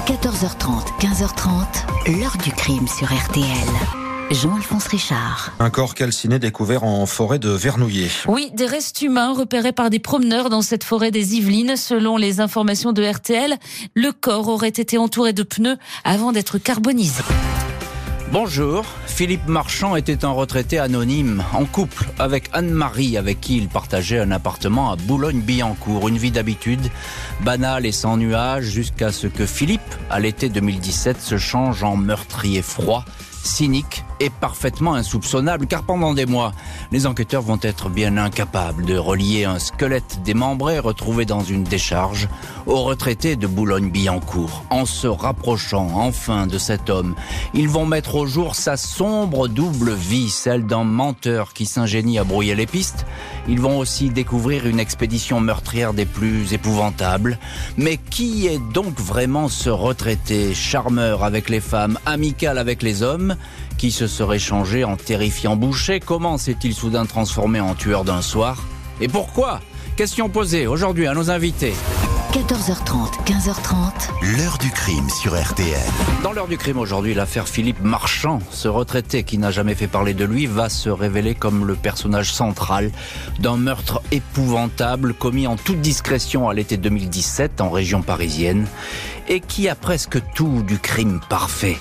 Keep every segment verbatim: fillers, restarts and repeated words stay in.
quatorze heures trente, quinze heures trente, l'heure du crime sur R T L. Jean-Alphonse Richard. Un corps calciné découvert en forêt de Vernouillet. Oui, des restes humains repérés par des promeneurs dans cette forêt des Yvelines. Selon les informations de R T L, le corps aurait été entouré de pneus avant d'être carbonisé. Bonjour, Philippe Marchand était un retraité anonyme, en couple avec Anne-Marie, avec qui il partageait un appartement à Boulogne-Billancourt. Une vie d'habitude, banale et sans nuages, jusqu'à ce que Philippe, à l'été deux mille dix-sept, se change en meurtrier froid, cynique et parfaitement insoupçonnable, car pendant des mois, les enquêteurs vont être bien incapables de relier un squelette démembré retrouvé dans une décharge au retraité de Boulogne-Billancourt. En se rapprochant enfin de cet homme, ils vont mettre au jour sa sombre double vie, celle d'un menteur qui s'ingénie à brouiller les pistes. Ils vont aussi découvrir une expédition meurtrière des plus épouvantables. Mais qui est donc vraiment ce retraité, charmeur avec les femmes, amical avec les hommes, qui se serait changé en terrifiant boucher? Comment s'est-il soudain transformé en tueur d'un soir? Et pourquoi? Question posée aujourd'hui à nos invités. quatorze heures trente, quinze heures trente. L'heure du crime sur R T L. Dans l'heure du crime aujourd'hui, l'affaire Philippe Marchand. Ce retraité qui n'a jamais fait parler de lui va se révéler comme le personnage central d'un meurtre épouvantable commis en toute discrétion à l'été deux mille dix-sept en région parisienne et qui a presque tout du crime parfait.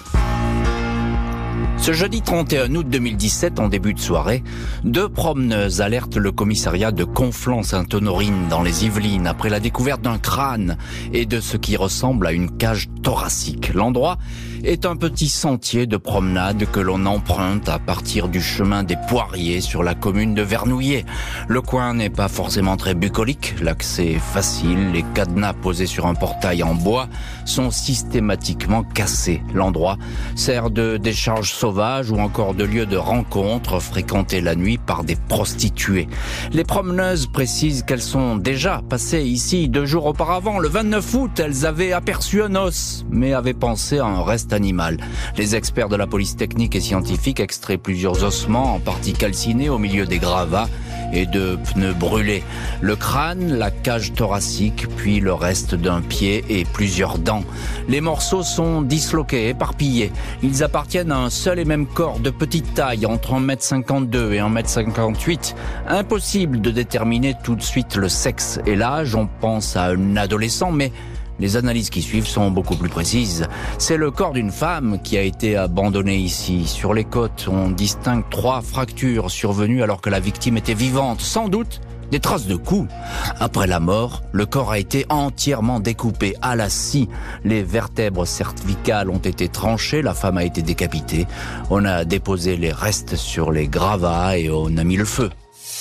Ce jeudi trente et un août deux mille dix-sept, en début de soirée, deux promeneuses alertent le commissariat de Conflans-Sainte-Honorine dans les Yvelines après la découverte d'un crâne et de ce qui ressemble à une cage thoracique. L'endroit est un petit sentier de promenade que l'on emprunte à partir du chemin des Poiriers sur la commune de Vernouillet. Le coin n'est pas forcément très bucolique, l'accès est facile, les cadenas posés sur un portail en bois sont systématiquement cassés. L'endroit sert de décharge sauvage ou encore de lieu de rencontre fréquenté la nuit par des prostituées. Les promeneuses précisent qu'elles sont déjà passées ici deux jours auparavant. Le vingt-neuf août, elles avaient aperçu un os, mais avaient pensé à un reste animal. Les experts de la police technique et scientifique extraient plusieurs ossements, en partie calcinés au milieu des gravats et de pneus brûlés. Le crâne, la cage thoracique, puis le reste d'un pied et plusieurs dents. Les morceaux sont disloqués, éparpillés. Ils appartiennent à un seul et même corps de petite taille, entre un mètre cinquante-deux et un mètre cinquante-huit. Impossible de déterminer tout de suite le sexe et l'âge. On pense à un adolescent, mais les analyses qui suivent sont beaucoup plus précises. C'est le corps d'une femme qui a été abandonné ici. Sur les côtes, on distingue trois fractures survenues alors que la victime était vivante. Sans doute des traces de coups. Après la mort, le corps a été entièrement découpé à la scie. Les vertèbres cervicales ont été tranchées, la femme a été décapitée. On a déposé les restes sur les gravats et on a mis le feu.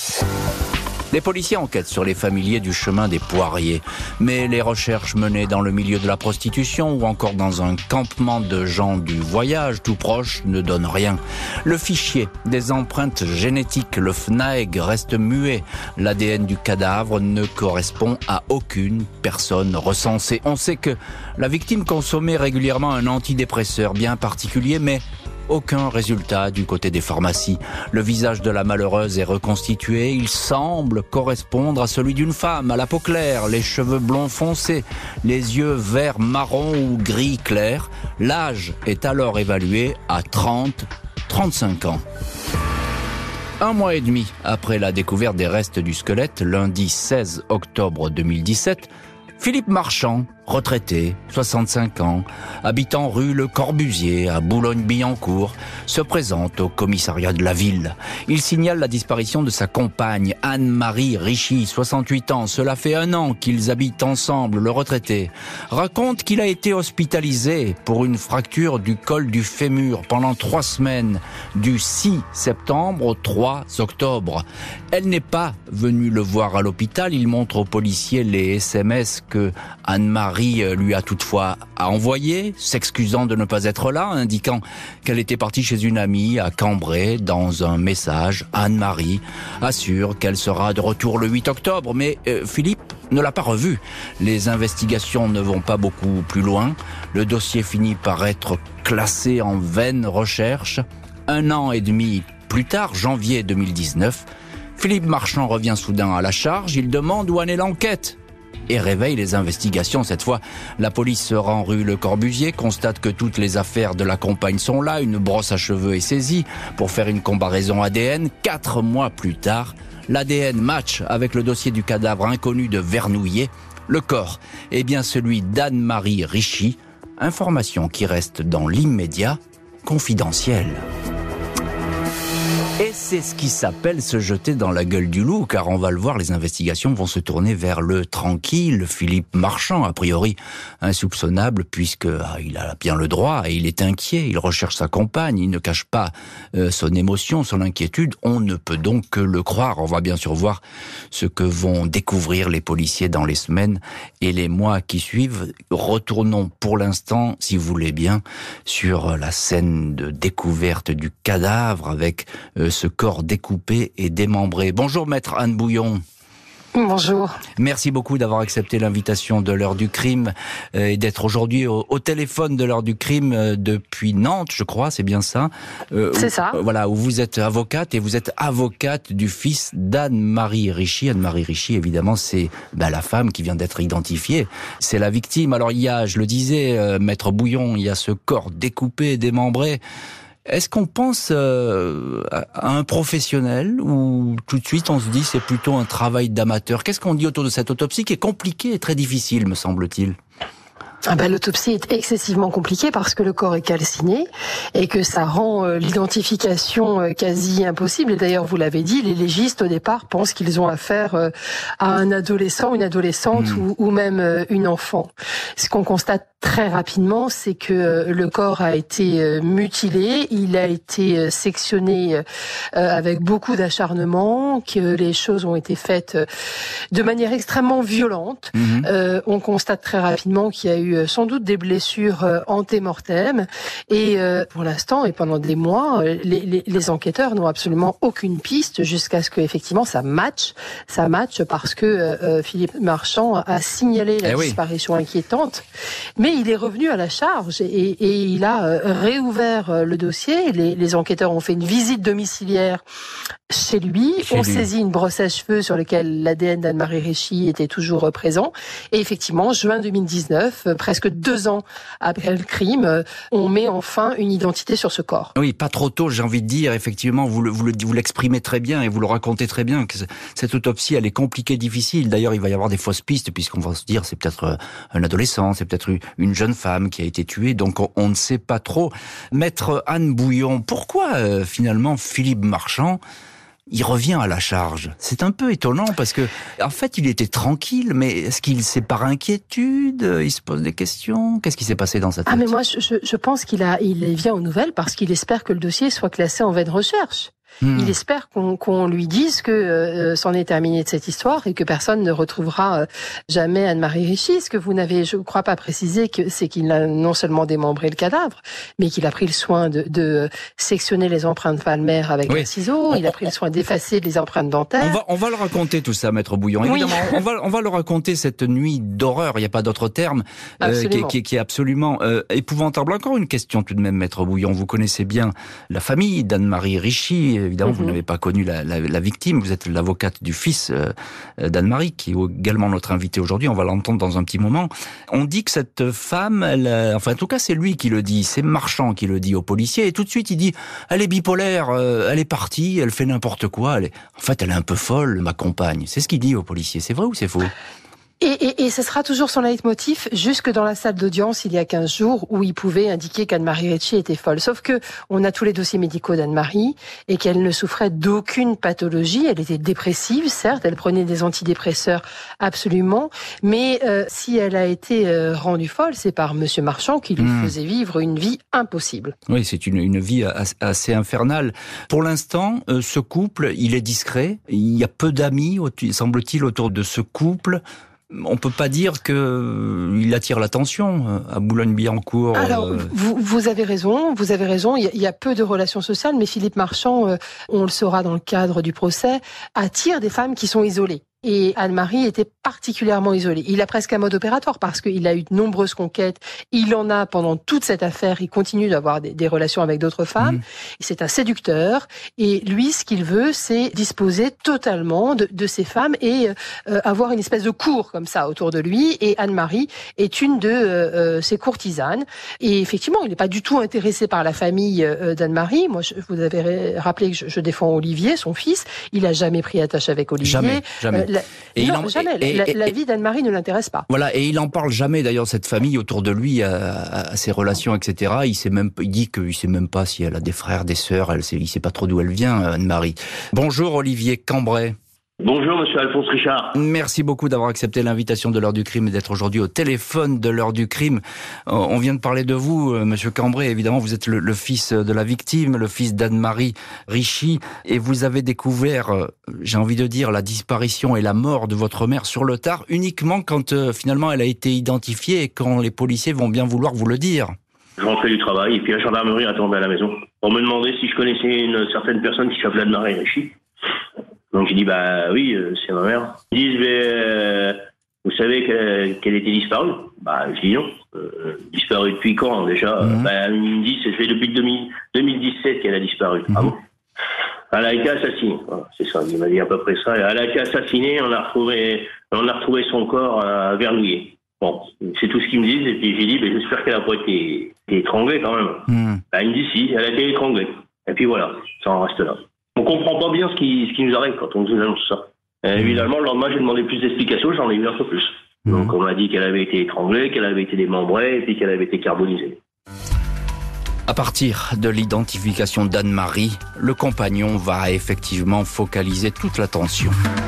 Les policiers enquêtent sur les familiers du chemin des Poiriers, mais les recherches menées dans le milieu de la prostitution ou encore dans un campement de gens du voyage tout proche ne donnent rien. Le fichier des empreintes génétiques, le F N A E G, reste muet. L'A D N du cadavre ne correspond à aucune personne recensée. On sait que la victime consommait régulièrement un antidépresseur bien particulier, mais aucun résultat du côté des pharmacies. Le visage de la malheureuse est reconstitué. Il semble correspondre à celui d'une femme, à la peau claire, les cheveux blonds foncés, les yeux vert marron ou gris clair. L'âge est alors évalué à trente à trente-cinq ans. Un mois et demi après la découverte des restes du squelette, lundi seize octobre deux mille dix-sept, Philippe Marchand, retraité, soixante-cinq ans, habitant rue Le Corbusier à Boulogne-Billancourt, se présente au commissariat de la ville. Il signale la disparition de sa compagne, Anne-Marie Richy, soixante-huit ans. Cela fait un an qu'ils habitent ensemble. Le retraité raconte qu'il a été hospitalisé pour une fracture du col du fémur pendant trois semaines, du six septembre au trois octobre. Elle n'est pas venue le voir à l'hôpital. Il montre aux policiers les S M S que Anne-Marie lui a toutefois envoyé, s'excusant de ne pas être là, indiquant qu'elle était partie chez une amie à Cambrai. Dans un message, Anne-Marie assure qu'elle sera de retour le huit octobre, mais euh, Philippe ne l'a pas revue. Les investigations ne vont pas beaucoup plus loin. Le dossier finit par être classé en vaine recherche. Un an et demi plus tard, janvier deux mille dix-neuf, Philippe Marchand revient soudain à la charge. Il demande où en est l'enquête. et réveille les investigations. Cette fois, la police se rend rue Le Corbusier, constate que toutes les affaires de la compagne sont là, une brosse à cheveux est saisie pour faire une comparaison A D N. Quatre mois plus tard, l'A D N match avec le dossier du cadavre inconnu de Vernouillet. Le corps est bien celui d'Anne-Marie Richy, information qui reste dans l'immédiat confidentielle. Et c'est ce qui s'appelle se jeter dans la gueule du loup, car on va le voir, les investigations vont se tourner vers le tranquille Philippe Marchand, a priori insoupçonnable, puisque ah, il a bien le droit et il est inquiet, il recherche sa compagne, il ne cache pas euh, son émotion, son inquiétude, on ne peut donc que le croire. On va bien sûr voir ce que vont découvrir les policiers dans les semaines et les mois qui suivent. Retournons pour l'instant, si vous voulez bien, sur la scène de découverte du cadavre avec euh, ce corps découpé et démembré. Bonjour maître Anne Bouillon. Bonjour. Merci beaucoup d'avoir accepté l'invitation de l'heure du crime euh, et d'être aujourd'hui au, au téléphone de l'heure du crime euh, depuis Nantes, je crois, c'est bien ça. Euh, c'est où, ça. Euh, voilà, où vous êtes avocate et vous êtes avocate du fils d'Anne-Marie Richy. Anne-Marie Richy, évidemment, c'est ben, la femme qui vient d'être identifiée. C'est la victime. Alors il y a, je le disais, euh, maître Bouillon, il y a ce corps découpé et démembré. Est-ce qu'on pense euh, à un professionnel ou tout de suite on se dit c'est plutôt un travail d'amateur? Qu'est-ce qu'on dit autour de cette autopsie qui est compliquée et très difficile, me semble-t-il? Ah ben, l'autopsie est excessivement compliquée parce que le corps est calciné et que ça rend euh, l'identification euh, quasi impossible. Et d'ailleurs, vous l'avez dit, les légistes au départ pensent qu'ils ont affaire euh, à un adolescent, une adolescente mmh. ou, ou même euh, une enfant. Ce qu'on constate très rapidement, c'est que euh, le corps a été euh, mutilé, il a été euh, sectionné euh, avec beaucoup d'acharnement, que les choses ont été faites euh, de manière extrêmement violente. Mmh. Euh, on constate très rapidement qu'il y a eu sans doute des blessures euh, antémortem et euh, pour l'instant et pendant des mois, les, les, les enquêteurs n'ont absolument aucune piste jusqu'à ce que effectivement ça matche, ça matche parce que euh, Philippe Marchand a signalé la eh disparition oui. inquiétante, mais il est revenu à la charge et, et il a euh, réouvert euh, le dossier. Les, les enquêteurs ont fait une visite domiciliaire chez lui, chez ont lui. saisi une brosse à cheveux sur laquelle l'A D N d'Anne-Marie Richy était toujours présent et effectivement, juin deux mille dix-neuf, presque deux ans après le crime, on met enfin une identité sur ce corps. Oui, pas trop tôt, j'ai envie de dire. Effectivement, vous, le, vous, le, vous l'exprimez très bien et vous le racontez très bien. Que cette autopsie, elle est compliquée, difficile. D'ailleurs, il va y avoir des fausses pistes puisqu'on va se dire c'est peut-être un adolescent, c'est peut-être une jeune femme qui a été tuée. Donc, on, on ne sait pas trop. Maître Anne Bouillon, pourquoi euh, finalement Philippe Marchand il revient à la charge? C'est un peu étonnant parce que, en fait, il était tranquille, mais est-ce qu'il c'est par inquiétude? Il se pose des questions? Qu'est-ce qui s'est passé dans sa tête? Ah, mais moi, je, je pense qu'il a, il vient aux nouvelles parce qu'il espère que le dossier soit classé en veille de recherche. Mmh. Il espère qu'on, qu'on lui dise que euh, c'en est terminé de cette histoire et que personne ne retrouvera euh, jamais Anne-Marie Richy. Ce que vous n'avez, je ne crois pas précisé, que c'est qu'il a non seulement démembré le cadavre, mais qu'il a pris le soin de, de sectionner les empreintes palmaires avec oui. un ciseau. Il a pris le soin d'effacer les empreintes dentaires. On va, on va le raconter tout ça, maître Bouillon. Évidemment, oui. on va, on va le raconter cette nuit d'horreur. Il n'y a pas d'autre terme euh, qui, qui, qui est absolument euh, épouvantable. Encore une question tout de même, maître Bouillon. Vous connaissez bien la famille d'Anne-Marie Richy. Évidemment, mm-hmm. vous n'avez pas connu la, la, la victime, vous êtes l'avocate du fils euh, d'Anne-Marie, qui est également notre invité aujourd'hui, on va l'entendre dans un petit moment. On dit que cette femme, elle, euh, enfin en tout cas c'est lui qui le dit, c'est Marchand qui le dit au policier, et tout de suite il dit, elle est bipolaire, euh, elle est partie, elle fait n'importe quoi, elle est... en fait elle est un peu folle, ma compagne. C'est ce qu'il dit au policier, c'est vrai ou c'est faux ? Et, et, et ce sera toujours son leitmotiv jusque dans la salle d'audience il y a quinze jours où il pouvait indiquer qu'Anne-Marie Richy était folle. Sauf que on a tous les dossiers médicaux d'Anne-Marie et qu'elle ne souffrait d'aucune pathologie. Elle était dépressive, certes, elle prenait des antidépresseurs absolument, mais euh, si elle a été euh, rendue folle, c'est par Monsieur Marchand qui lui mmh. faisait vivre une vie impossible. Oui, c'est une, une vie assez infernale. Pour l'instant, euh, ce couple, il est discret. Il y a peu d'amis, semble-t-il, autour de ce couple. On peut pas dire que il attire l'attention à Boulogne-Billancourt. Alors, vous, vous avez raison, vous avez raison. Il y, a, il y a peu de relations sociales, mais Philippe Marchand, euh, on le saura dans le cadre du procès, attire des femmes qui sont isolées. Et Anne-Marie était particulièrement isolée. Il a presque un mode opératoire parce qu'il a eu de nombreuses conquêtes. Il en a pendant toute cette affaire. Il continue d'avoir des, des relations avec d'autres femmes. Mmh. C'est un séducteur. Et lui, ce qu'il veut, c'est disposer totalement de, de ces femmes et euh, avoir une espèce de cour comme ça autour de lui. Et Anne-Marie est une de euh, ses courtisanes. Et effectivement, il n'est pas du tout intéressé par la famille euh, d'Anne-Marie. Moi, je, vous avez rappelé que je, je défends Olivier, son fils. Il a jamais pris attache avec Olivier. Jamais, jamais. Euh, la, et non, il en, jamais. Et, la, et, la et, vie d'Anne-Marie ne l'intéresse pas. Voilà, et il en parle jamais d'ailleurs, cette famille autour de lui, à, à ses relations, et cetera. Il sait même, il dit qu'il sait même pas si elle a des frères, des sœurs. Elle sait, il sait pas trop d'où elle vient, Anne-Marie. Bonjour Olivier Cambray. Bonjour Monsieur Alphonse Richard. Merci beaucoup d'avoir accepté l'invitation de l'heure du crime et d'être aujourd'hui au téléphone de l'heure du crime. On vient de parler de vous, Monsieur Cambray. Évidemment, vous êtes le, le fils de la victime, le fils d'Anne-Marie Richy, et vous avez découvert, j'ai envie de dire, la disparition et la mort de votre mère sur le tard, uniquement quand euh, finalement elle a été identifiée et quand les policiers vont bien vouloir vous le dire. Je rentrais du travail et puis la gendarmerie attendait à la maison pour me demander si je connaissais une certaine personne qui s'appelait Anne-Marie Richy. Donc j'ai dit bah oui, euh, c'est ma mère. Ils disent mais euh, vous savez qu'elle, qu'elle était disparue. Bah je dis non. Euh, disparue depuis quand déjà? Mmh. Bah ils me disent ça fait depuis deux mille dix-sept qu'elle a disparu. Mmh. Ah bon? Elle a été assassinée. Voilà, c'est ça. Il m'a dit à peu près ça. Elle a été assassinée. On a retrouvé, on a retrouvé son corps à Vernouillet. Bon, c'est tout ce qu'ils me disent. Et puis j'ai dit, ben, j'espère qu'elle n'a pas été, été étranglée quand même. Mmh. Bah, il me dit si, elle a été étranglée. Et puis voilà, ça en reste là. On comprend pas bien ce qui, ce qui nous arrive quand on nous annonce ça. Et évidemment, le lendemain, j'ai demandé plus d'explications, j'en ai eu un peu plus. Mmh. Donc on m'a dit qu'elle avait été étranglée, qu'elle avait été démembrée et puis qu'elle avait été carbonisée. À partir de l'identification d'Anne-Marie, le compagnon va effectivement focaliser toute l'attention.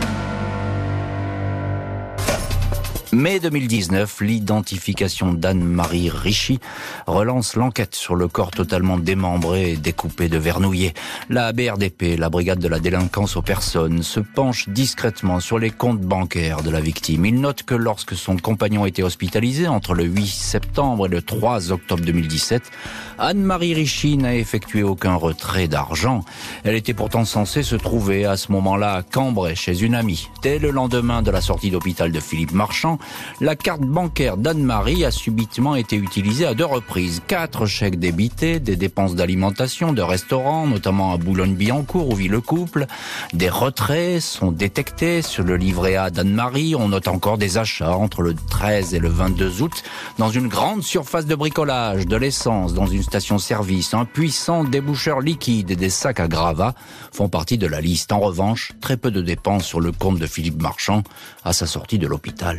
mai deux mille dix-neuf, l'identification d'Anne-Marie Richy relance l'enquête sur le corps totalement démembré et découpé de Vernouillet. La B R D P, la brigade de la délinquance aux personnes, se penche discrètement sur les comptes bancaires de la victime. Il note que lorsque son compagnon était hospitalisé entre le huit septembre et le trois octobre deux mille dix-sept, Anne-Marie Richy n'a effectué aucun retrait d'argent. Elle était pourtant censée se trouver à ce moment-là à Cambrai chez une amie. Dès le lendemain de la sortie d'hôpital de Philippe Marchand, la carte bancaire d'Anne-Marie a subitement été utilisée à deux reprises. Quatre chèques débités, des dépenses d'alimentation, de restaurant, notamment à Boulogne-Billancourt où vit le couple. Des retraits sont détectés sur le livret A d'Anne-Marie. On note encore des achats entre le treize et le vingt-deux août dans une grande surface de bricolage, de l'essence dans une station-service. Un puissant déboucheur liquide et des sacs à gravats font partie de la liste. En revanche, très peu de dépenses sur le compte de Philippe Marchand à sa sortie de l'hôpital.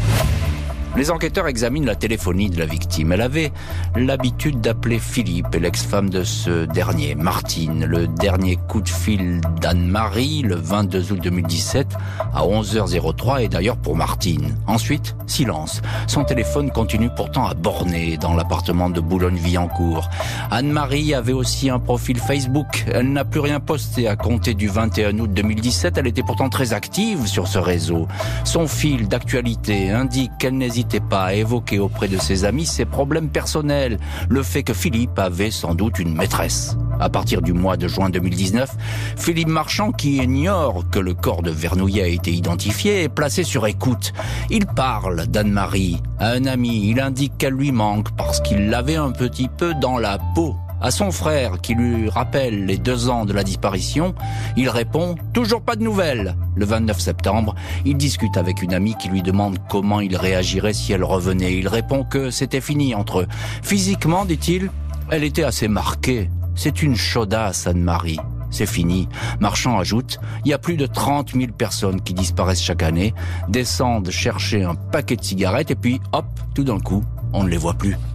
Les enquêteurs examinent la téléphonie de la victime. Elle avait l'habitude d'appeler Philippe et l'ex-femme de ce dernier, Martine. Le dernier coup de fil d'Anne-Marie, le vingt-deux août deux mille dix-sept, à onze heures trois, et d'ailleurs pour Martine. Ensuite, silence. Son téléphone continue pourtant à borner dans l'appartement de Boulogne-Billancourt. Anne-Marie avait aussi un profil Facebook. Elle n'a plus rien posté à compter du vingt et un août deux mille dix-sept. Elle était pourtant très active sur ce réseau. Son fil d'actualité indique qu'elle n'hésite pas à évoquer auprès de ses amis ses problèmes personnels, le fait que Philippe avait sans doute une maîtresse. À partir du mois de juin deux mille dix-neuf, Philippe Marchand, qui ignore que le corps de Vernouillet a été identifié, est placé sur écoute. Il parle d'Anne-Marie à un ami. Il indique qu'elle lui manque parce qu'il l'avait un petit peu dans la peau. À son frère, qui lui rappelle les deux ans de la disparition, il répond « Toujours pas de nouvelles ». Le vingt-neuf septembre, il discute avec une amie qui lui demande comment il réagirait si elle revenait. Il répond que c'était fini entre eux. Physiquement, dit-il, elle était assez marquée. C'est une chaudasse, Anne-Marie. C'est fini. Marchand ajoute, il y a plus de trente mille personnes qui disparaissent chaque année, descendent chercher un paquet de cigarettes et puis, hop, tout d'un coup, on ne les voit plus.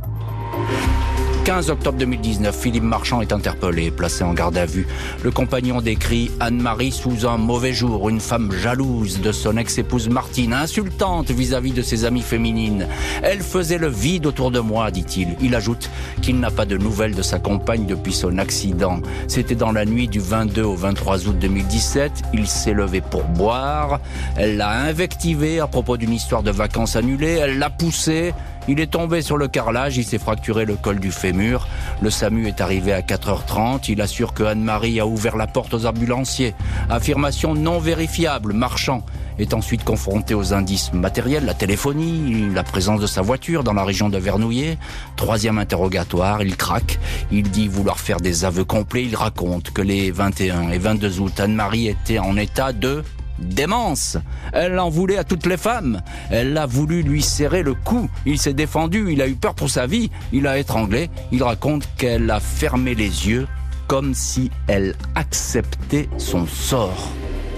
quinze octobre deux mille dix-neuf, Philippe Marchand est interpellé, placé en garde à vue. Le compagnon décrit Anne-Marie sous un mauvais jour, une femme jalouse de son ex-épouse Martine, insultante vis-à-vis de ses amies féminines. Elle faisait le vide autour de moi, dit-il. Il ajoute qu'il n'a pas de nouvelles de sa compagne depuis son accident. C'était dans la nuit du vingt-deux au vingt-trois août deux mille dix-sept. Il s'est levé pour boire. Elle l'a invectivé à propos d'une histoire de vacances annulées. Elle l'a poussé. Il est tombé sur le carrelage, il s'est fracturé le col du fémur. Le SAMU est arrivé à quatre heures trente. Il assure que Anne-Marie a ouvert la porte aux ambulanciers. Affirmation non vérifiable. Marchand est ensuite confronté aux indices matériels, la téléphonie, la présence de sa voiture dans la région de Vernouillet. Troisième interrogatoire, il craque. Il dit vouloir faire des aveux complets. Il raconte que les vingt et un et vingt-deux août, Anne-Marie était en état de démence. Elle en voulait à toutes les femmes. Elle a voulu lui serrer le cou. Il s'est défendu, il a eu peur pour sa vie. Il a étranglé. Il raconte qu'elle a fermé les yeux comme si elle acceptait son sort.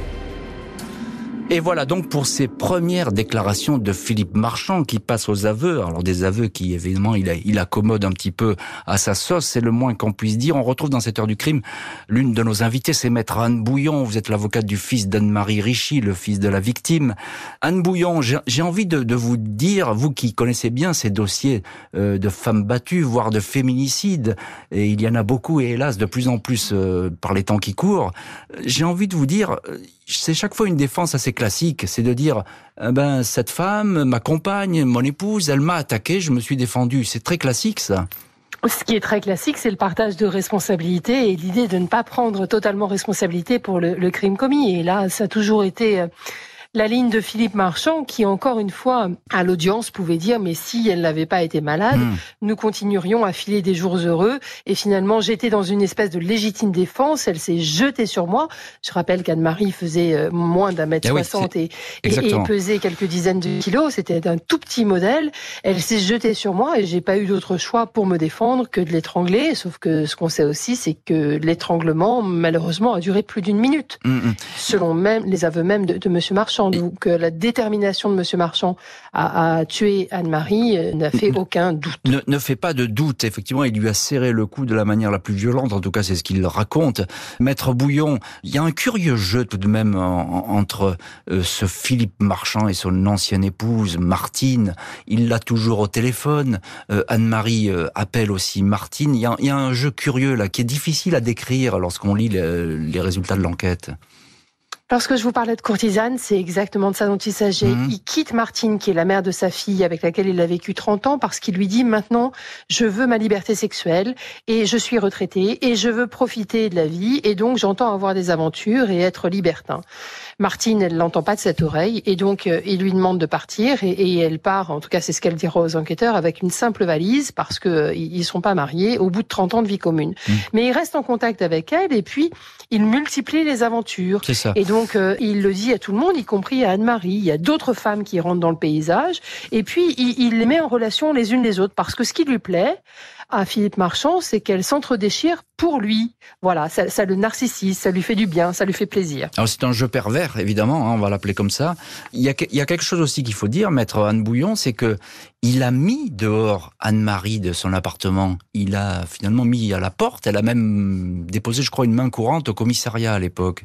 Et voilà donc pour ces premières déclarations de Philippe Marchand qui passe aux aveux. Alors des aveux qui évidemment il, a, il accommode un petit peu à sa sauce, c'est le moins qu'on puisse dire. On retrouve dans cette heure du crime l'une de nos invitées, c'est maître Anne Bouillon. Vous êtes l'avocate du fils d'Anne-Marie Richy, le fils de la victime. Anne Bouillon, j'ai, j'ai envie de, de vous dire, vous qui connaissez bien ces dossiers euh, de femmes battues, voire de féminicides, et il y en a beaucoup et hélas de plus en plus euh, par les temps qui courent, j'ai envie de vous dire, c'est chaque fois une défense assez classique, c'est de dire eh ben cette femme, ma compagne, mon épouse, elle m'a attaqué, je me suis défendu. C'est très classique ça. Ce qui est très classique, c'est le partage de responsabilités et l'idée de ne pas prendre totalement responsabilité pour le, le crime commis. Et là, ça a toujours été la ligne de Philippe Marchand qui, encore une fois, à l'audience, pouvait dire « mais si elle n'avait pas été malade, mmh. nous continuerions à filer des jours heureux ». Et finalement, j'étais dans une espèce de légitime défense, elle s'est jetée sur moi. Je rappelle qu'Anne-Marie faisait moins d'un mètre soixante et, et, et pesait quelques dizaines de kilos, c'était un tout petit modèle. Elle s'est jetée sur moi et j'ai pas eu d'autre choix pour me défendre que de l'étrangler. Sauf que ce qu'on sait aussi, c'est que l'étranglement, malheureusement, a duré plus d'une minute, mmh. selon même les aveux même de, de Monsieur Marchand. Donc la détermination de Monsieur Marchand à, à tuer Anne-Marie n'a fait aucun doute. Ne, ne fait pas de doute. Effectivement, il lui a serré le cou de la manière la plus violente. En tout cas, c'est ce qu'il raconte. Maître Bouillon, il y a un curieux jeu tout de même en, entre euh, ce Philippe Marchand et son ancienne épouse, Martine. Il l'a toujours au téléphone. Euh, Anne-Marie euh, appelle aussi Martine. Il y, a, il y a un jeu curieux là qui est difficile à décrire lorsqu'on lit les, les résultats de l'enquête. Lorsque je vous parlais de courtisane, c'est exactement de ça dont il s'agit. Mmh. Il quitte Martine, qui est la mère de sa fille, avec laquelle il a vécu trente ans, parce qu'il lui dit maintenant, je veux ma liberté sexuelle, et je suis retraité, et je veux profiter de la vie, et donc j'entends avoir des aventures et être libertin. Martine, elle l'entend pas de cette oreille, et donc euh, il lui demande de partir, et, et elle part, en tout cas c'est ce qu'elle dira aux enquêteurs, avec une simple valise, parce que euh, ils sont pas mariés, au bout de trente ans de vie commune. Mmh. Mais il reste en contact avec elle, et puis il multiplie les aventures. C'est ça. Et donc, Donc, euh, il le dit à tout le monde, y compris à Anne-Marie. Il y a d'autres femmes qui rentrent dans le paysage. Et puis, il, il les met en relation les unes les autres. Parce que ce qui lui plaît à Philippe Marchand, c'est qu'elles s'entre-déchirent pour lui. Voilà, ça, ça le narcissise, ça lui fait du bien, ça lui fait plaisir. Alors, c'est un jeu pervers, évidemment, hein, on va l'appeler comme ça. Il y a, il y a quelque chose aussi qu'il faut dire, maître Anne Bouillon, c'est que il a mis dehors Anne-Marie de son appartement. Il a finalement mis à la porte. Elle a même déposé, je crois, une main courante au commissariat à l'époque.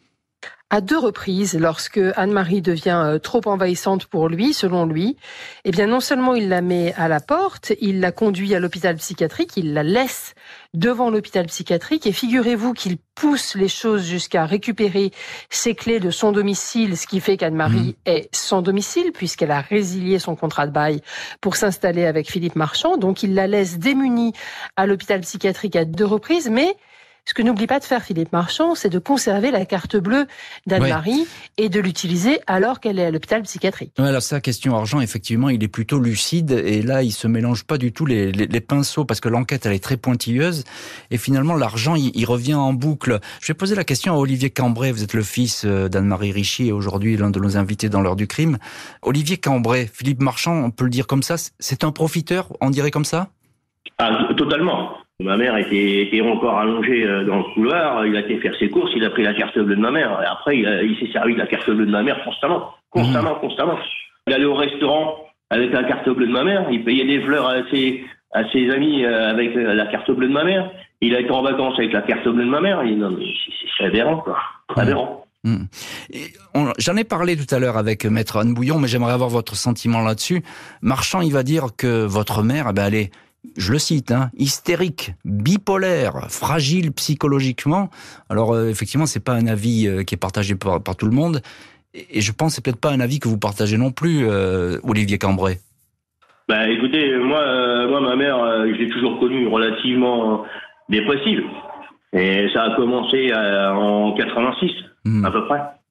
À deux reprises, lorsque Anne-Marie devient trop envahissante pour lui, selon lui, eh bien non seulement il la met à la porte, il la conduit à l'hôpital psychiatrique, il la laisse devant l'hôpital psychiatrique et figurez-vous qu'il pousse les choses jusqu'à récupérer ses clés de son domicile, ce qui fait qu'Anne-Marie mmh. est sans domicile puisqu'elle a résilié son contrat de bail pour s'installer avec Philippe Marchand. Donc il la laisse démunie à l'hôpital psychiatrique à deux reprises, mais ce que n'oublie pas de faire Philippe Marchand, c'est de conserver la carte bleue d'Anne-Marie oui. et de l'utiliser alors qu'elle est à l'hôpital psychiatrique. Ouais, alors ça, question argent, effectivement, il est plutôt lucide et là, il se mélange pas du tout les, les, les pinceaux parce que l'enquête, elle est très pointilleuse et finalement, l'argent, il, il revient en boucle. Je vais poser la question à Olivier Cambray. Vous êtes le fils d'Anne-Marie Richy et aujourd'hui l'un de nos invités dans l'heure du crime. Olivier Cambray, Philippe Marchand, on peut le dire comme ça, c'est un profiteur, on dirait comme ça ? Ah, totalement. Ma mère était, était encore allongée dans le couloir, il a été faire ses courses, il a pris la carte bleue de ma mère, et après il, a, il s'est servi de la carte bleue de ma mère constamment, constamment, mmh. constamment. Il allait au restaurant avec la carte bleue de ma mère, il payait des fleurs à ses, à ses amis avec la carte bleue de ma mère, il a été en vacances avec la carte bleue de ma mère, il, non, mais c'est, c'est aberrant, quoi, aberrant. Mmh. Et on, j'en ai parlé tout à l'heure avec maître Anne Bouillon, mais j'aimerais avoir votre sentiment là-dessus. Marchand, il va dire que votre mère, eh ben, elle est, je le cite, hein, hystérique, bipolaire, fragile psychologiquement. Alors euh, effectivement, c'est pas un avis euh, qui est partagé par, par tout le monde, et, et je pense que c'est peut-être pas un avis que vous partagez non plus, euh, Olivier Cambray. Bah écoutez, moi, euh, moi ma mère, euh, je l'ai toujours connue relativement euh, dépressive, et ça a commencé euh, en quatre-vingt-six, mmh. à peu près.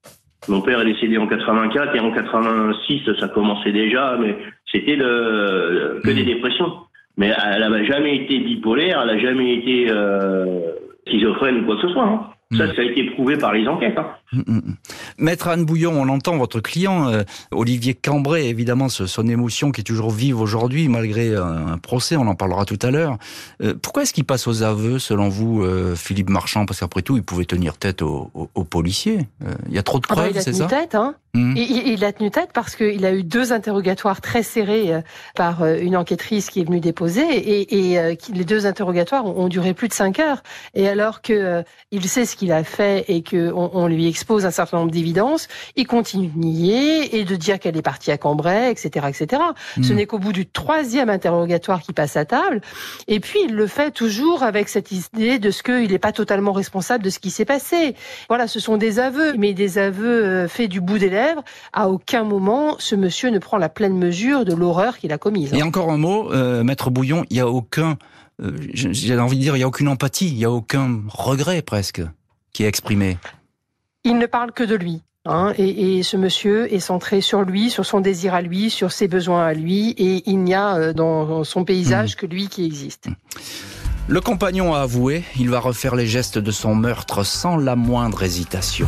Mon père est décédé en quatre-vingt-quatre et en quatre-vingt-six, ça commençait déjà, mais c'était de, que des dépressions. Mais elle n'a jamais été bipolaire, elle n'a jamais été euh, schizophrène ou quoi que ce soit. Hein. Ça, ça a été prouvé par les enquêtes. Hein. Maître Anne Bouillon, on entend votre client, euh, Olivier Cambray, évidemment, ce, son émotion qui est toujours vive aujourd'hui, malgré un, un procès, on en parlera tout à l'heure. Euh, pourquoi est-ce qu'il passe aux aveux, selon vous, euh, Philippe Marchand? Parce qu'après tout, il pouvait tenir tête aux, aux, aux policiers. Il euh, y a trop de preuves, ah bah, c'est ça? Il a tenu tête, hein. Mmh. Il, il a tenu tête parce qu'il a eu deux interrogatoires très serrés euh, par euh, une enquêtrice qui est venue déposer, et, et euh, qui, les deux interrogatoires ont, ont duré plus de cinq heures. Et alors que euh, il sait ce qu'il a fait et que on, on lui expose un certain nombre d'évidences, il continue de nier et de dire qu'elle est partie à Cambrai, et cetera, et cetera. Mmh. Ce n'est qu'au bout du troisième interrogatoire qu'il passe à table. Et puis il le fait toujours avec cette idée de ce qu'il n'est pas totalement responsable de ce qui s'est passé. Voilà, ce sont des aveux, mais des aveux euh, faits du bout des lèvres. À aucun moment, ce monsieur ne prend la pleine mesure de l'horreur qu'il a commise. Et encore un mot, euh, Maître Bouillon, il n'y a aucun, euh, j'ai envie de dire, il n'y a aucune empathie, il n'y a aucun regret presque qui est exprimé. Il ne parle que de lui. Hein, et, et ce monsieur est centré sur lui, sur son désir à lui, sur ses besoins à lui, et il n'y a dans son paysage mmh. que lui qui existe. Le compagnon a avoué, il va refaire les gestes de son meurtre sans la moindre hésitation.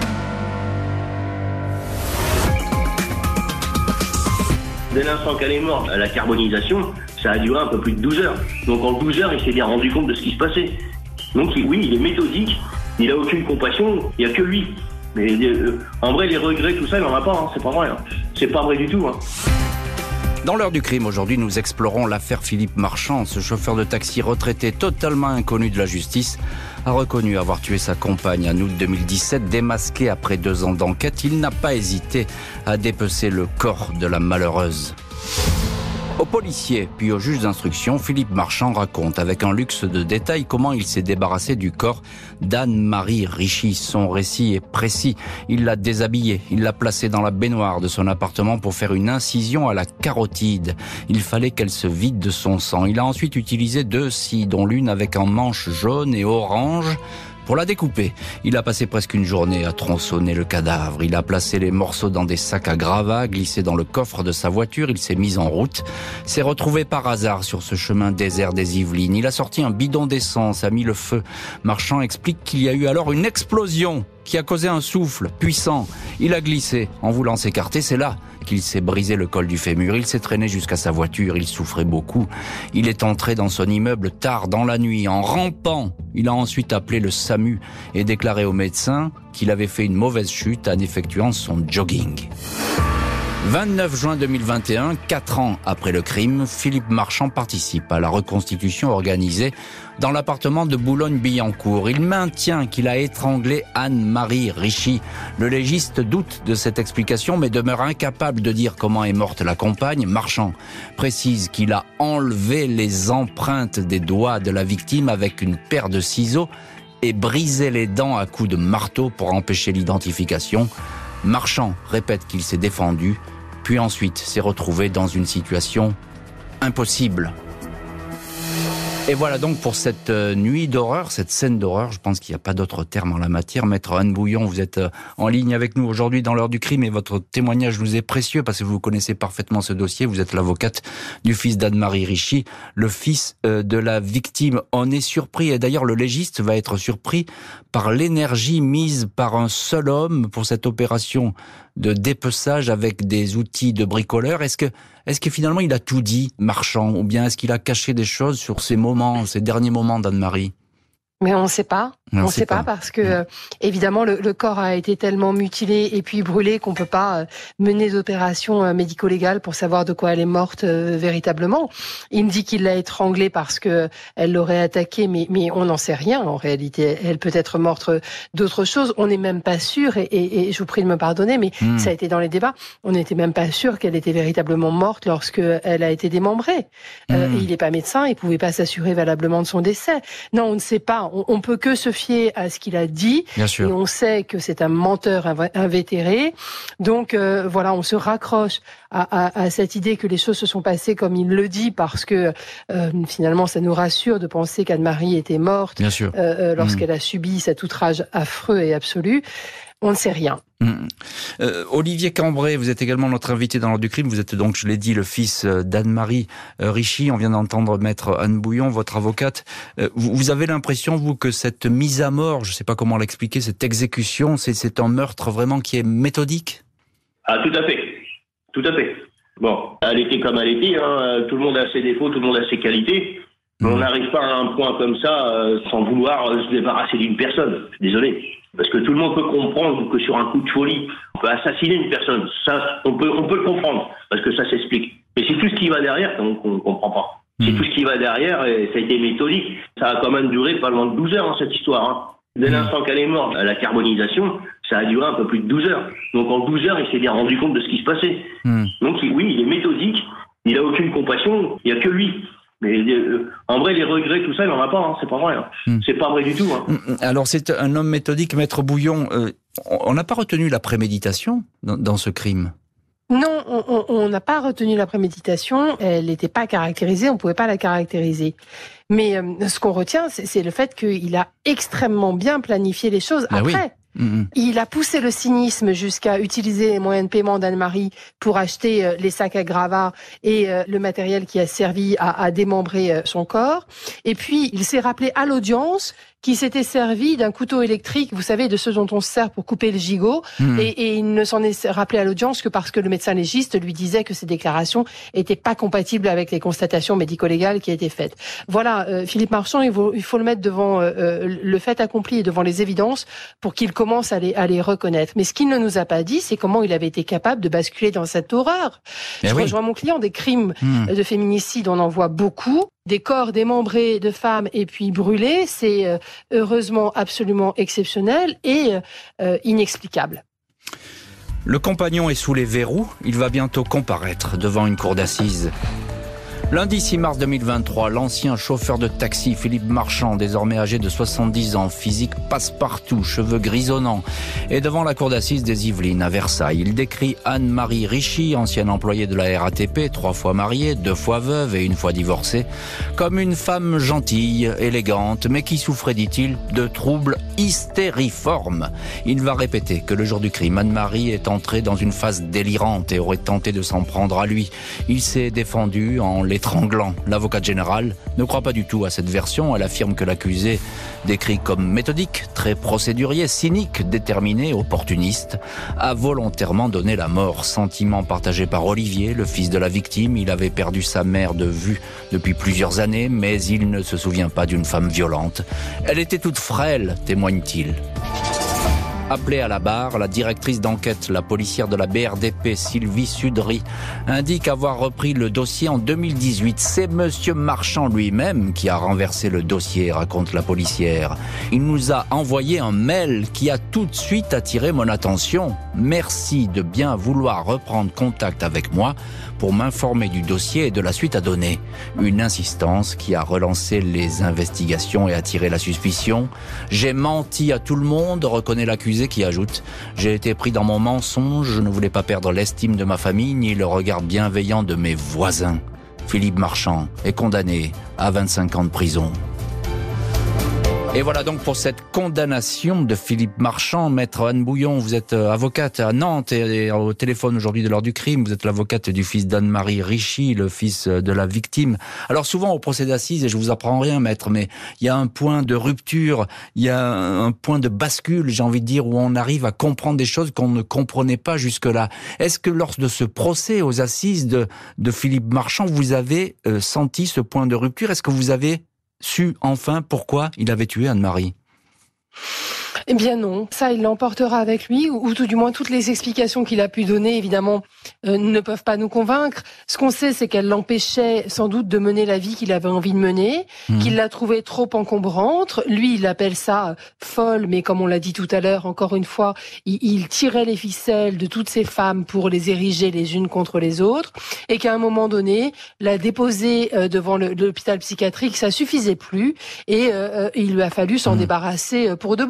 Dès l'instant qu'elle est morte, la carbonisation, ça a duré un peu plus de douze heures. Donc en douze heures, il s'est bien rendu compte de ce qui se passait. Donc oui, il est méthodique, il n'a aucune compassion, il n'y a que lui. Mais euh, en vrai, les regrets, tout ça, il n'en a pas, hein, c'est pas vrai. Hein. C'est pas vrai du tout. Hein. Dans l'heure du crime, aujourd'hui, nous explorons l'affaire Philippe Marchand. Ce chauffeur de taxi retraité totalement inconnu de la justice a reconnu avoir tué sa compagne en août deux mille dix-sept. Démasqué après deux ans d'enquête, il n'a pas hésité à dépecer le corps de la malheureuse. Au policier, puis au juge d'instruction, Philippe Marchand raconte avec un luxe de détails comment il s'est débarrassé du corps d'Anne-Marie Richy. Son récit est précis. Il l'a déshabillée, il l'a placée dans la baignoire de son appartement pour faire une incision à la carotide. Il fallait qu'elle se vide de son sang. Il a ensuite utilisé deux scies, dont l'une avec un manche jaune et orange, pour la découper. Il a passé presque une journée à tronçonner le cadavre. Il a placé les morceaux dans des sacs à gravats, glissé dans le coffre de sa voiture. Il s'est mis en route. S'est retrouvé par hasard sur ce chemin désert des Yvelines. Il a sorti un bidon d'essence, a mis le feu. Marchand explique qu'il y a eu alors une explosion qui a causé un souffle puissant. Il a glissé en voulant s'écarter. C'est là qu'il s'est brisé le col du fémur. Il s'est traîné jusqu'à sa voiture. Il souffrait beaucoup. Il est entré dans son immeuble tard dans la nuit, en rampant. Il a ensuite appelé le SAMU et déclaré au médecin qu'il avait fait une mauvaise chute en effectuant son jogging. vingt-neuf juin deux mille vingt et un, quatre ans après le crime, Philippe Marchand participe à la reconstitution organisée dans l'appartement de Boulogne-Billancourt. Il maintient qu'il a étranglé Anne-Marie Richy. Le légiste doute de cette explication, mais demeure incapable de dire comment est morte la compagne. Marchand précise qu'il a enlevé les empreintes des doigts de la victime avec une paire de ciseaux et brisé les dents à coups de marteau pour empêcher l'identification. Marchand répète qu'il s'est défendu, puis ensuite s'est retrouvé dans une situation impossible. Et voilà donc pour cette nuit d'horreur, cette scène d'horreur. Je pense qu'il n'y a pas d'autre terme en la matière. Maître Anne Bouillon, vous êtes en ligne avec nous aujourd'hui dans l'heure du crime et votre témoignage nous est précieux parce que vous connaissez parfaitement ce dossier. Vous êtes l'avocate du fils d'Anne-Marie Richy, le fils de la victime. On est surpris, et d'ailleurs le légiste va être surpris par l'énergie mise par un seul homme pour cette opération de dépeçage avec des outils de bricoleur. Est-ce que, est-ce que finalement il a tout dit, Marchand, ou bien est-ce qu'il a caché des choses sur ces moments, ces derniers moments d'Anne-Marie ? Mais on ne sait pas. On ne sait sait pas, pas parce que euh, évidemment le, le corps a été tellement mutilé et puis brûlé qu'on peut pas euh, mener d'opération euh, médico-légale pour savoir de quoi elle est morte euh, véritablement. Il me dit qu'il l'a étranglée parce que elle l'aurait attaquée, mais mais on n'en sait rien en réalité. Elle peut être morte d'autres choses. On n'est même pas sûr. Et, et, et je vous prie de me pardonner, mais mmh. ça a été dans les débats. On n'était même pas sûr qu'elle était véritablement morte lorsque elle a été démembrée. Mmh. Euh, et il n'est pas médecin, il pouvait pas s'assurer valablement de son décès. Non, on ne sait pas. On, on peut que se fier à ce qu'il a dit. Bien sûr. Et on sait que c'est un menteur invétéré. Donc euh, voilà, on se raccroche à, à, à cette idée que les choses se sont passées comme il le dit, parce que euh, finalement ça nous rassure de penser qu'Anne-Marie était morte Bien sûr. Euh, lorsqu'elle mmh. a subi cet outrage affreux et absolu. on ne sait rien. Mmh. Euh, Olivier Cambray, vous êtes également notre invité dans l'heure du crime. Vous êtes donc, je l'ai dit, le fils d'Anne-Marie Richy. On vient d'entendre maître Anne Bouillon, votre avocate. Euh, vous, vous avez l'impression, vous, que cette mise à mort, je ne sais pas comment l'expliquer, cette exécution, c'est, c'est un meurtre vraiment qui est méthodique ? Ah, tout à fait. Tout à fait. Bon, elle était comme elle était. Hein. Tout le monde a ses défauts, tout le monde a ses qualités. Mmh. On n'arrive pas à un point comme ça euh, sans vouloir euh, se débarrasser d'une personne. Je suis désolé. Parce que tout le monde peut comprendre que sur un coup de folie, on peut assassiner une personne. Ça, on peut, on peut le comprendre, parce que ça s'explique. Mais c'est tout ce qui va derrière qu'on ne comprend pas. C'est mmh. tout ce qui va derrière, et ça a été méthodique. Ça a quand même duré pas loin de douze heures, hein, cette histoire. Hein. Dès mmh. l'instant qu'elle est morte, la carbonisation, ça a duré un peu plus de douze heures. Donc en douze heures, il s'est bien rendu compte de ce qui se passait. Mmh. Donc oui, il est méthodique, il n'a aucune compassion, il n'y a que lui. Mais euh, en vrai, les regrets, tout ça, il n'en a pas, hein, c'est pas vrai. Hein. Mm. C'est pas vrai du tout. Hein. Alors, c'est un homme méthodique, maître Bouillon. Euh, on n'a pas retenu la préméditation dans, dans ce crime ? Non, on n'a pas retenu la préméditation. Elle n'était pas caractérisée, on ne pouvait pas la caractériser. Mais euh, ce qu'on retient, c'est, c'est le fait qu'il a extrêmement bien planifié les choses. Ben après, oui. Mmh. Il a poussé le cynisme jusqu'à utiliser les moyens de paiement d'Anne-Marie pour acheter euh, les sacs à gravats et euh, le matériel qui a servi à, à démembrer euh, son corps. Et puis, il s'est rappelé à l'audience qu'il s'était servi d'un couteau électrique, vous savez, de ceux dont on se sert pour couper le gigot. Mmh. Et, et il ne s'en est rappelé à l'audience que parce que le médecin légiste lui disait que ces déclarations étaient pas compatibles avec les constatations médico-légales qui étaient faites. Voilà, euh, Philippe Marchand, il faut, il faut le mettre devant euh, le fait accompli et devant les évidences pour qu'il commence à les, à les reconnaître. Mais ce qu'il ne nous a pas dit, c'est comment il avait été capable de basculer dans cette horreur. Mais Je oui. rejoins mon client, des crimes mmh. de féminicide, on en voit beaucoup. Des corps démembrés de femmes et puis brûlés, c'est euh, heureusement absolument exceptionnel et euh, inexplicable. Le compagnon est sous les verrous, il va bientôt comparaître devant une cour d'assises. Lundi six mars deux mille vingt-trois, l'ancien chauffeur de taxi Philippe Marchand, désormais âgé de soixante-dix ans, physique passe-partout, cheveux grisonnants, est devant la cour d'assises des Yvelines à Versailles. Il décrit Anne-Marie Richy, ancienne employée de la R A T P, trois fois mariée, deux fois veuve et une fois divorcée, comme une femme gentille, élégante, mais qui souffrait, dit-il, de troubles hystériformes. Il va répéter que le jour du crime, Anne-Marie est entrée dans une phase délirante et aurait tenté de s'en prendre à lui. Il s'est défendu en l'étranglant. L'avocate générale ne croit pas du tout à cette version. Elle affirme que l'accusé, décrit comme méthodique, très procédurier, cynique, déterminé, opportuniste, a volontairement donné la mort. Sentiment partagé par Olivier, le fils de la victime. Il avait perdu sa mère de vue depuis plusieurs années, mais il ne se souvient pas d'une femme violente. Elle était toute frêle, témoigne-t-il. Appelée à la barre, la directrice d'enquête, la policière de la B R D P, Sylvie Sudry, indique avoir repris le dossier en deux mille dix-huit. C'est monsieur Marchand lui-même qui a renversé le dossier, raconte la policière. Il nous a envoyé un mail qui a tout de suite attiré mon attention. Merci de bien vouloir reprendre contact avec moi pour m'informer du dossier et de la suite à donner. Une insistance qui a relancé les investigations et attiré la suspicion. J'ai menti à tout le monde, reconnaît l'accusé, qui ajoute « J'ai été pris dans mon mensonge, je ne voulais pas perdre l'estime de ma famille ni le regard bienveillant de mes voisins. » Philippe Marchand est condamné à vingt-cinq ans de prison. Et voilà donc pour cette condamnation de Philippe Marchand. Maître Anne Bouillon, vous êtes avocate à Nantes et au téléphone aujourd'hui de l'heure du crime. Vous êtes l'avocate du fils d'Anne-Marie Richy, le fils de la victime. Alors souvent au procès d'assises, et je vous apprends rien maître, mais il y a un point de rupture, il y a un point de bascule, j'ai envie de dire, où on arrive à comprendre des choses qu'on ne comprenait pas jusque-là. Est-ce que lors de ce procès aux assises de, de Philippe Marchand, vous avez euh, senti ce point de rupture? Est-ce que vous avez su enfin pourquoi il avait tué Anne-Marie? Eh bien non, ça il l'emportera avec lui, ou, ou tout du moins toutes les explications qu'il a pu donner, évidemment, euh, ne peuvent pas nous convaincre. Ce qu'on sait, c'est qu'elle l'empêchait sans doute de mener la vie qu'il avait envie de mener, mmh. qu'il la trouvait trop encombrante. Lui, il appelle ça folle, mais comme on l'a dit tout à l'heure, encore une fois, il, il tirait les ficelles de toutes ces femmes pour les ériger les unes contre les autres, et qu'à un moment donné, la déposer euh, devant le, l'hôpital psychiatrique, ça suffisait plus, et euh, il lui a fallu s'en mmh. débarrasser pour de bon.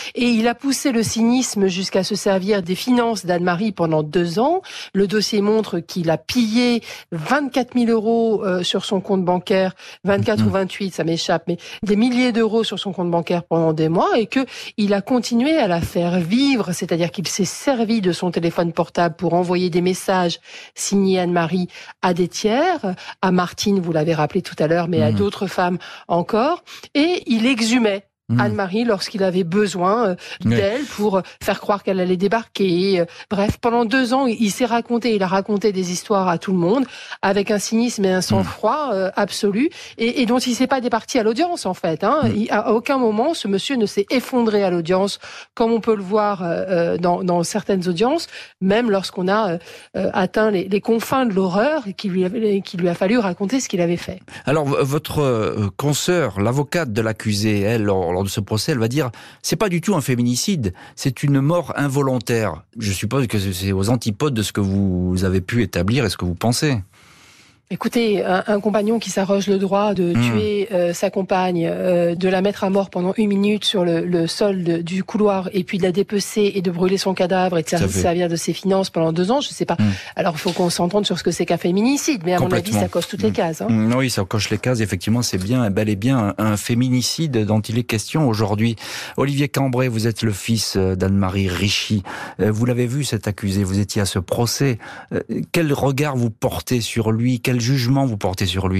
Et il a poussé le cynisme jusqu'à se servir des finances d'Anne-Marie pendant deux ans. Le dossier montre qu'il a pillé vingt-quatre mille euros euh, sur son compte bancaire, vingt-quatre mmh. ou vingt-huit, ça m'échappe, mais des milliers d'euros sur son compte bancaire pendant des mois, et que il a continué à la faire vivre, c'est-à-dire qu'il s'est servi de son téléphone portable pour envoyer des messages signés Anne-Marie à des tiers, à Martine, vous l'avez rappelé tout à l'heure, mais mmh. à d'autres femmes encore, et il exhumait Mmh. Anne-Marie lorsqu'il avait besoin euh, d'elle oui. pour faire croire qu'elle allait débarquer. Euh, bref, pendant deux ans, il s'est raconté, il a raconté des histoires à tout le monde avec un cynisme et un sang-froid euh, absolu, et, et dont il s'est pas départi à l'audience en fait. Hein. Mmh. Il, à aucun moment, ce monsieur ne s'est effondré à l'audience, comme on peut le voir euh, dans, dans certaines audiences, même lorsqu'on a euh, atteint les, les confins de l'horreur, et qu'il lui, avait, qu'il lui a fallu raconter ce qu'il avait fait. Alors, votre euh, consoeur, l'avocate de l'accusé, elle, lors de ce procès, elle va dire c'est pas du tout un féminicide, c'est une mort involontaire. Je suppose que c'est aux antipodes de ce que vous avez pu établir et ce que vous pensez. Écoutez, un, un compagnon qui s'arroge le droit de mmh. tuer euh, sa compagne, euh, de la mettre à mort pendant une minute sur le, le sol de, du couloir, et puis de la dépecer et de brûler son cadavre et de servir, servir de ses finances pendant deux ans, je sais pas. Mmh. Alors, il faut qu'on s'entende sur ce que c'est qu'un féminicide, mais à mon avis, ça coche toutes mmh. les cases. Hein. Mmh, oui, ça coche les cases. Effectivement, c'est bien, bel et bien un, un féminicide dont il est question aujourd'hui. Olivier Cambray, vous êtes le fils d'Anne-Marie Richy. Vous l'avez vu, cet accusé, vous étiez à ce procès. Quel regard vous portez sur lui ? Quel jugement vous portez sur lui ?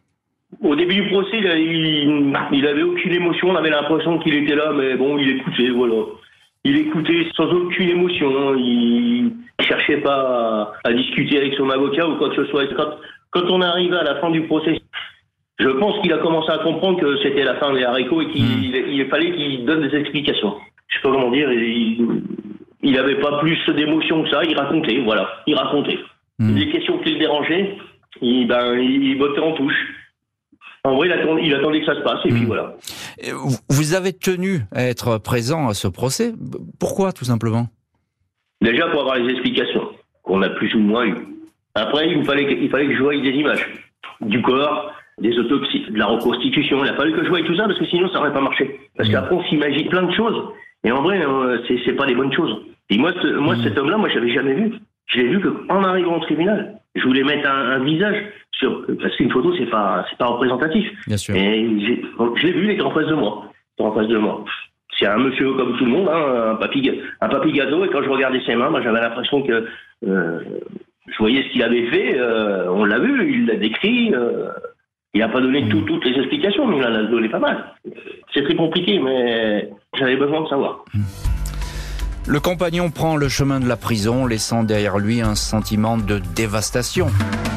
Au début du procès, il, a, il, il avait aucune émotion. On avait l'impression qu'il était là, mais bon, il écoutait, voilà. Il écoutait sans aucune émotion. Il ne cherchait pas à, à discuter avec son avocat ou quoi que ce soit. Quand, quand on est arrivé à la fin du procès, je pense qu'il a commencé à comprendre que c'était la fin des haricots et qu'il mmh. il, il fallait qu'il donne des explications. Je sais pas comment dire. Il n'avait pas plus d'émotion que ça. Il racontait, voilà. Il racontait. Mmh. Les questions qui le dérangeaient, il, ben, il bottait en touche. En vrai, il attendait, il attendait que ça se passe, et mmh. puis voilà. Vous avez tenu à être présent à ce procès. Pourquoi, tout simplement ? Déjà, pour avoir les explications, qu'on a plus ou moins eues. Après, il fallait, il fallait que je voie des images. Du corps, des autopsies, de la reconstitution. Il a fallu que je voie tout ça, parce que sinon, ça n'aurait pas marché. Parce mmh. qu'après, on s'imagine plein de choses. Et en vrai, c'est, c'est pas des bonnes choses. Et moi, ce, moi mmh. cet homme-là, moi, je l'avais jamais vu. Je l'ai vu qu'en arrivant au tribunal. Je voulais mettre un, un visage sur, parce qu'une photo, c'est pas, c'est pas représentatif. Bien sûr. Et j'ai, je l'ai vu, il était en face de moi. Il était en face de moi. C'est un monsieur comme tout le monde, hein, un papy, un papy gâteau. Et quand je regardais ses mains, moi, j'avais l'impression que, euh, je voyais ce qu'il avait fait. Euh, on l'a vu, il l'a décrit. Euh, il n'a pas donné mmh. tout, toutes les explications, mais il en a donné pas mal. C'est très compliqué, mais j'avais besoin de savoir. Mmh. Le compagnon prend le chemin de la prison, laissant derrière lui un sentiment de dévastation.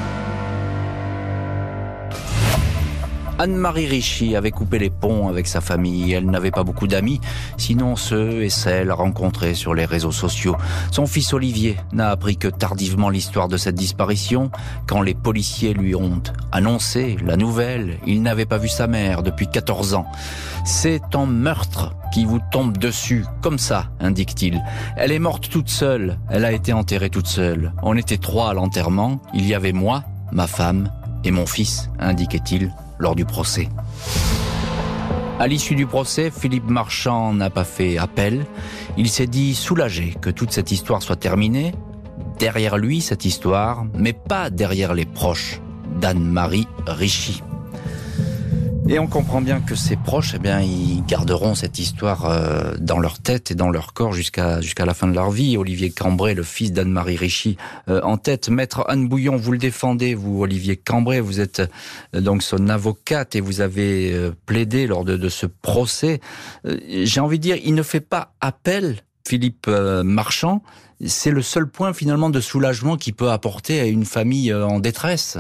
Anne-Marie Richy avait coupé les ponts avec sa famille. Elle n'avait pas beaucoup d'amis, sinon ceux et celles rencontrés sur les réseaux sociaux. Son fils Olivier n'a appris que tardivement l'histoire de cette disparition. Quand les policiers lui ont annoncé la nouvelle, il n'avait pas vu sa mère depuis quatorze ans. C'est un meurtre qui vous tombe dessus, comme ça, indique-t-il. Elle est morte toute seule, elle a été enterrée toute seule. On était trois à l'enterrement, il y avait moi, ma femme et mon fils, indiquait-il lors du procès. À l'issue du procès, Philippe Marchand n'a pas fait appel. Il s'est dit soulagé que toute cette histoire soit terminée. Derrière lui, cette histoire, mais pas derrière les proches d'Anne-Marie Richy. Et on comprend bien que ses proches, eh bien, ils garderont cette histoire euh, dans leur tête et dans leur corps jusqu'à jusqu'à la fin de leur vie. Olivier Cambray, le fils d'Anne-Marie Richy, euh, en tête. Maître Anne Bouillon, vous le défendez, vous, Olivier Cambray, vous êtes euh, donc son avocate et vous avez euh, plaidé lors de, de ce procès. Euh, j'ai envie de dire, il ne fait pas appel, Philippe euh, Marchand. C'est le seul point finalement de soulagement qu'il peut apporter à une famille euh, en détresse.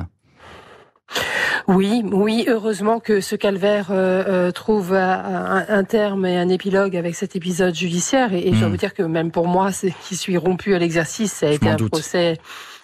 Oui, oui, heureusement que ce calvaire euh, euh, trouve un, un terme et un épilogue avec cet épisode judiciaire. Et, et mmh. je dois vous dire que même pour moi, c'est, qui suis rompu à l'exercice, ça a je été un doute. procès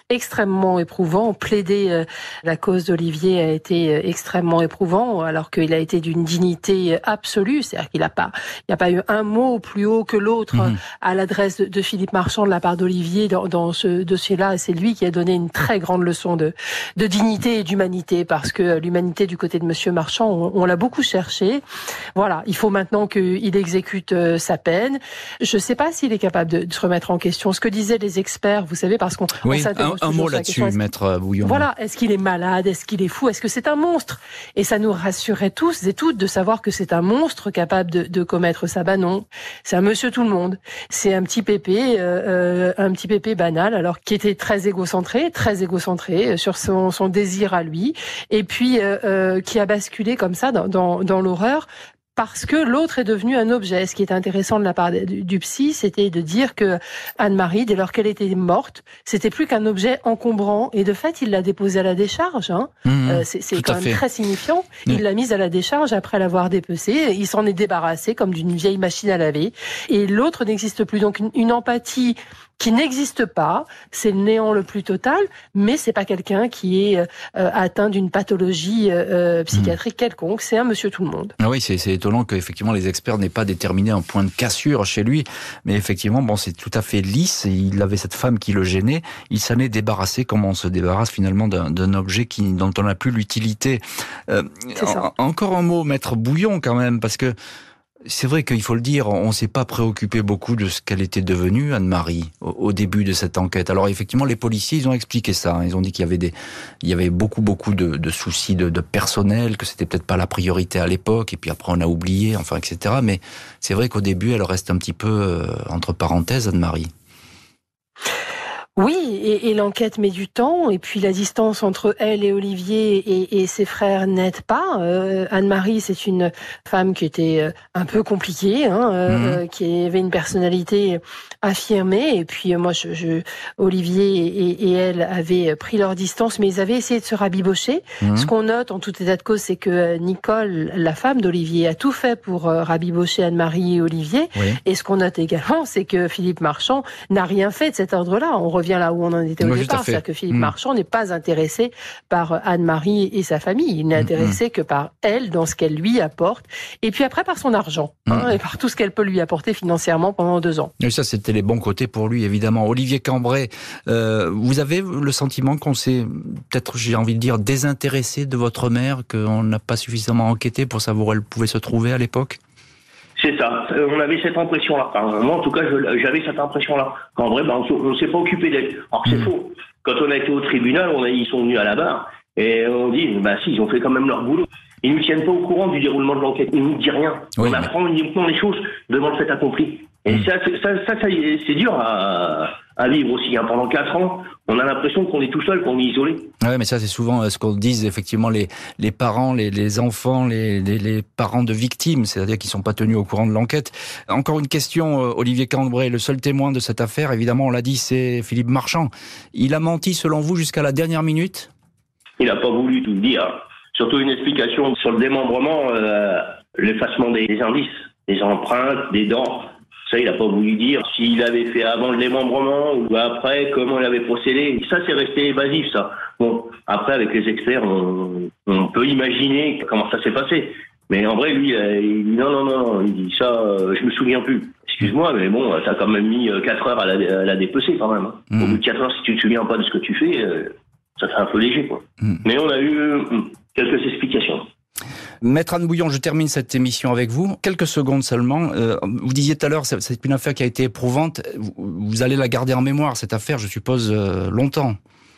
extrêmement éprouvant. Plaider euh, la cause d'Olivier a été euh, extrêmement éprouvant, alors qu'il a été d'une dignité absolue. C'est-à-dire qu'il n'a pas, il n'y a pas eu un mot plus haut que l'autre mmh. à l'adresse de, de Philippe Marchand de la part d'Olivier dans, dans ce dossier-là. Et c'est lui qui a donné une très grande leçon de, de dignité et d'humanité, parce que l'humanité du côté de Monsieur Marchand, on, on l'a beaucoup cherché. Voilà, il faut maintenant qu'il exécute euh, sa peine. Je ne sais pas s'il est capable de, de se remettre en question. Ce que disaient les experts, vous savez, parce qu'on oui, on s'interroge un, un mot là-dessus, maître Bouillon. Voilà, est-ce qu'il est malade, est-ce qu'il est fou, est-ce que c'est un monstre? Et ça nous rassurait tous et toutes de savoir que c'est un monstre capable de, de commettre ça. Ben non, c'est un monsieur tout le monde. C'est un petit pépé, euh, un petit pépé banal, alors qui était très égocentré, très égocentré sur son, son désir à lui, et puis euh, euh, qui a basculé comme ça dans, dans, dans l'horreur. Parce que l'autre est devenu un objet. Ce qui est intéressant de la part du, du psy, c'était de dire que Anne-Marie, dès lors qu'elle était morte, c'était plus qu'un objet encombrant. Et de fait, il l'a déposée à la décharge. Hein. Mmh, euh, c'est c'est quand même fait. très signifiant. Mmh. Il l'a mise à la décharge après l'avoir dépecée. Il s'en est débarrassé comme d'une vieille machine à laver. Et l'autre n'existe plus. Donc une, une empathie qui n'existe pas, c'est le néant le plus total, mais c'est pas quelqu'un qui est euh, atteint d'une pathologie euh, psychiatrique mmh. quelconque, c'est un monsieur tout le monde. Ah oui, c'est, c'est étonnant qu'effectivement les experts n'aient pas déterminé un point de cassure chez lui, mais effectivement, bon, c'est tout à fait lisse, et il avait cette femme qui le gênait, il s'en est débarrassé comme on se débarrasse finalement d'un, d'un objet qui, dont on n'a plus l'utilité. Euh, en, encore un mot, maître Bouillon quand même, parce que c'est vrai qu'il faut le dire, on ne s'est pas préoccupé beaucoup de ce qu'elle était devenue, Anne-Marie, au, au début de cette enquête. Alors effectivement, les policiers, ils ont expliqué ça. Ils ont dit qu'il y avait des, il y avait beaucoup, beaucoup de, de soucis de, de personnel, que c'était peut-être pas la priorité à l'époque, et puis après on a oublié, enfin, et cetera. Mais c'est vrai qu'au début, elle reste un petit peu euh, entre parenthèses, Anne-Marie. Oui, et, et l'enquête met du temps, et puis la distance entre elle et Olivier et, et ses frères n'aide pas. Euh, Anne-Marie, c'est une femme qui était un peu compliquée, hein, euh, mmh. qui avait une personnalité affirmée, et puis moi, je, je, Olivier et, et elle avaient pris leur distance, mais ils avaient essayé de se rabibocher. Mmh. Ce qu'on note en tout état de cause, c'est que Nicole, la femme d'Olivier, a tout fait pour rabibocher Anne-Marie et Olivier, oui. Et ce qu'on note également, c'est que Philippe Marchand n'a rien fait de cet ordre-là. On revient là où on en était au oui, départ, c'est-à-dire que Philippe mmh. Marchand n'est pas intéressé par Anne-Marie et sa famille, il n'est intéressé mmh. que par elle, dans ce qu'elle lui apporte, et puis après par son argent, mmh. hein, et par tout ce qu'elle peut lui apporter financièrement pendant deux ans. Et ça, c'était les bons côtés pour lui, évidemment. Olivier Cambray, euh, vous avez le sentiment qu'on s'est, peut-être, j'ai envie de dire, désintéressé de votre mère, qu'on n'a pas suffisamment enquêté pour savoir où elle pouvait se trouver à l'époque? C'est ça. On avait cette impression-là. Enfin, moi, en tout cas, je, j'avais cette impression-là. Qu'en vrai, ben, on ne s'est pas occupé d'elle. Alors que c'est mmh. faux. Quand on a été au tribunal, on a, ils sont venus à la barre et on dit, bah si, ils ont fait quand même leur boulot. Ils ne nous tiennent pas au courant du déroulement de l'enquête. Ils ne nous disent rien. Oui, on mais... apprend uniquement les choses devant le fait accompli. Et mmh. ça, ça, ça, ça, c'est dur à, à vivre aussi. Hein. Pendant quatre ans, on a l'impression qu'on est tout seul, qu'on est isolé. Ouais, mais ça, c'est souvent ce qu'on dit, effectivement, les, les parents, les, les enfants, les, les, les parents de victimes, c'est-à-dire qu'ils ne sont pas tenus au courant de l'enquête. Encore une question, Olivier Cambray, le seul témoin de cette affaire, évidemment, on l'a dit, c'est Philippe Marchand. Il a menti, selon vous, jusqu'à la dernière minute? Il n'a pas voulu tout dire. Surtout une explication sur le démembrement, euh, l'effacement des, des indices, des empreintes, des dents. Ça, il n'a pas voulu dire s'il avait fait avant le démembrement ou après, comment il avait procédé. Ça, c'est resté évasif, ça. Bon, après, avec les experts, on, on peut imaginer comment ça s'est passé. Mais en vrai, lui, il dit non, non, non, il dit ça, euh, je me souviens plus. Excuse-moi, mais bon, t'as quand même mis quatre heures à la, à la dépecer, quand même. Hein. Mmh. Au bout de quatre heures, si tu te souviens pas de ce que tu fais, euh, ça fait un peu léger, quoi. Mmh. Mais on a eu euh, quelques explications. Maître Anne Bouillon, je termine cette émission avec vous. Quelques secondes seulement. Euh, vous disiez tout à l'heure, c'est, c'est une affaire qui a été éprouvante. Vous, vous allez la garder en mémoire, cette affaire, je suppose, euh, longtemps.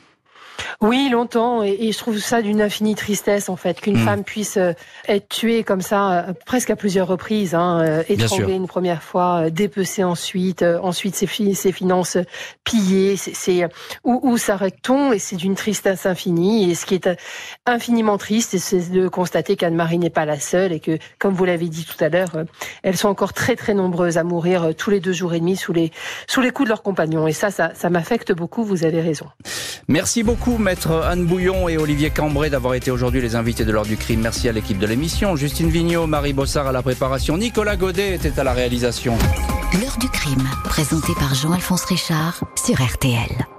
Oui, longtemps, et, et je trouve ça d'une infinie tristesse, en fait, qu'une mmh. femme puisse euh, être tuée comme ça, euh, presque à plusieurs reprises, hein, euh, étranglée une première fois, euh, dépecée ensuite, euh, ensuite ses, fi- ses finances pillées, c'est, c'est euh, où, où s'arrête-t-on? Et c'est d'une tristesse infinie, et ce qui est euh, infiniment triste, c'est de constater qu'Anne-Marie n'est pas la seule, et que, comme vous l'avez dit tout à l'heure, euh, elles sont encore très très nombreuses à mourir euh, tous les deux jours et demi sous les, sous les coups de leurs compagnons, et ça, ça, ça m'affecte beaucoup, vous avez raison. Merci beaucoup, Maître Anne Bouillon et Olivier Cambray d'avoir été aujourd'hui les invités de l'heure du crime. Merci à l'équipe de l'émission. Justine Vignot, Marie Bossard à la préparation. Nicolas Godet était à la réalisation. L'heure du crime, présentée par Jean-Alphonse Richard sur R T L.